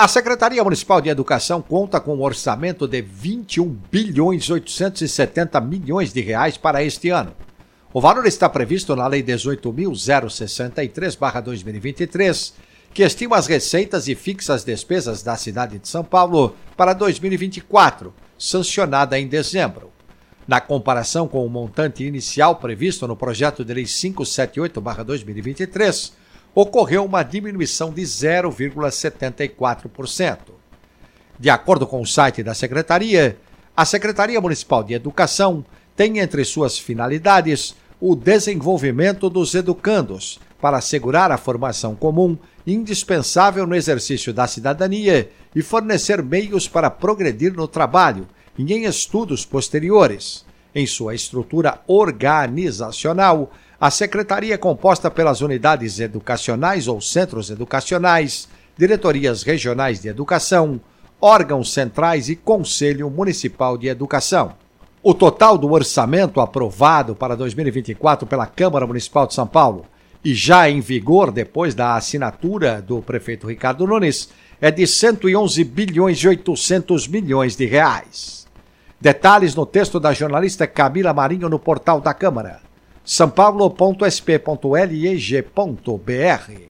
A Secretaria Municipal de Educação conta com um orçamento de 21.870 milhões de reais para este ano. O valor está previsto na Lei 18.063/2023, que estima as receitas e fixa as despesas da cidade de São Paulo para 2024, sancionada em dezembro. Na comparação com o montante inicial previsto no projeto de Lei 578/2023, ocorreu uma diminuição de 0,74%. De acordo com o site da Secretaria, a Secretaria Municipal de Educação tem entre suas finalidades o desenvolvimento dos educandos para assegurar a formação comum indispensável no exercício da cidadania e fornecer meios para progredir no trabalho e em estudos posteriores. Em sua estrutura organizacional, a Secretaria é composta pelas unidades educacionais ou centros educacionais, diretorias regionais de educação, órgãos centrais e Conselho Municipal de Educação. O total do orçamento aprovado para 2024 pela Câmara Municipal de São Paulo e já em vigor depois da assinatura do prefeito Ricardo Nunes é de 111.800 bilhões de reais. Detalhes no texto da jornalista Camila Marinho no portal da Câmara, sãopaulo.sp.leg.br.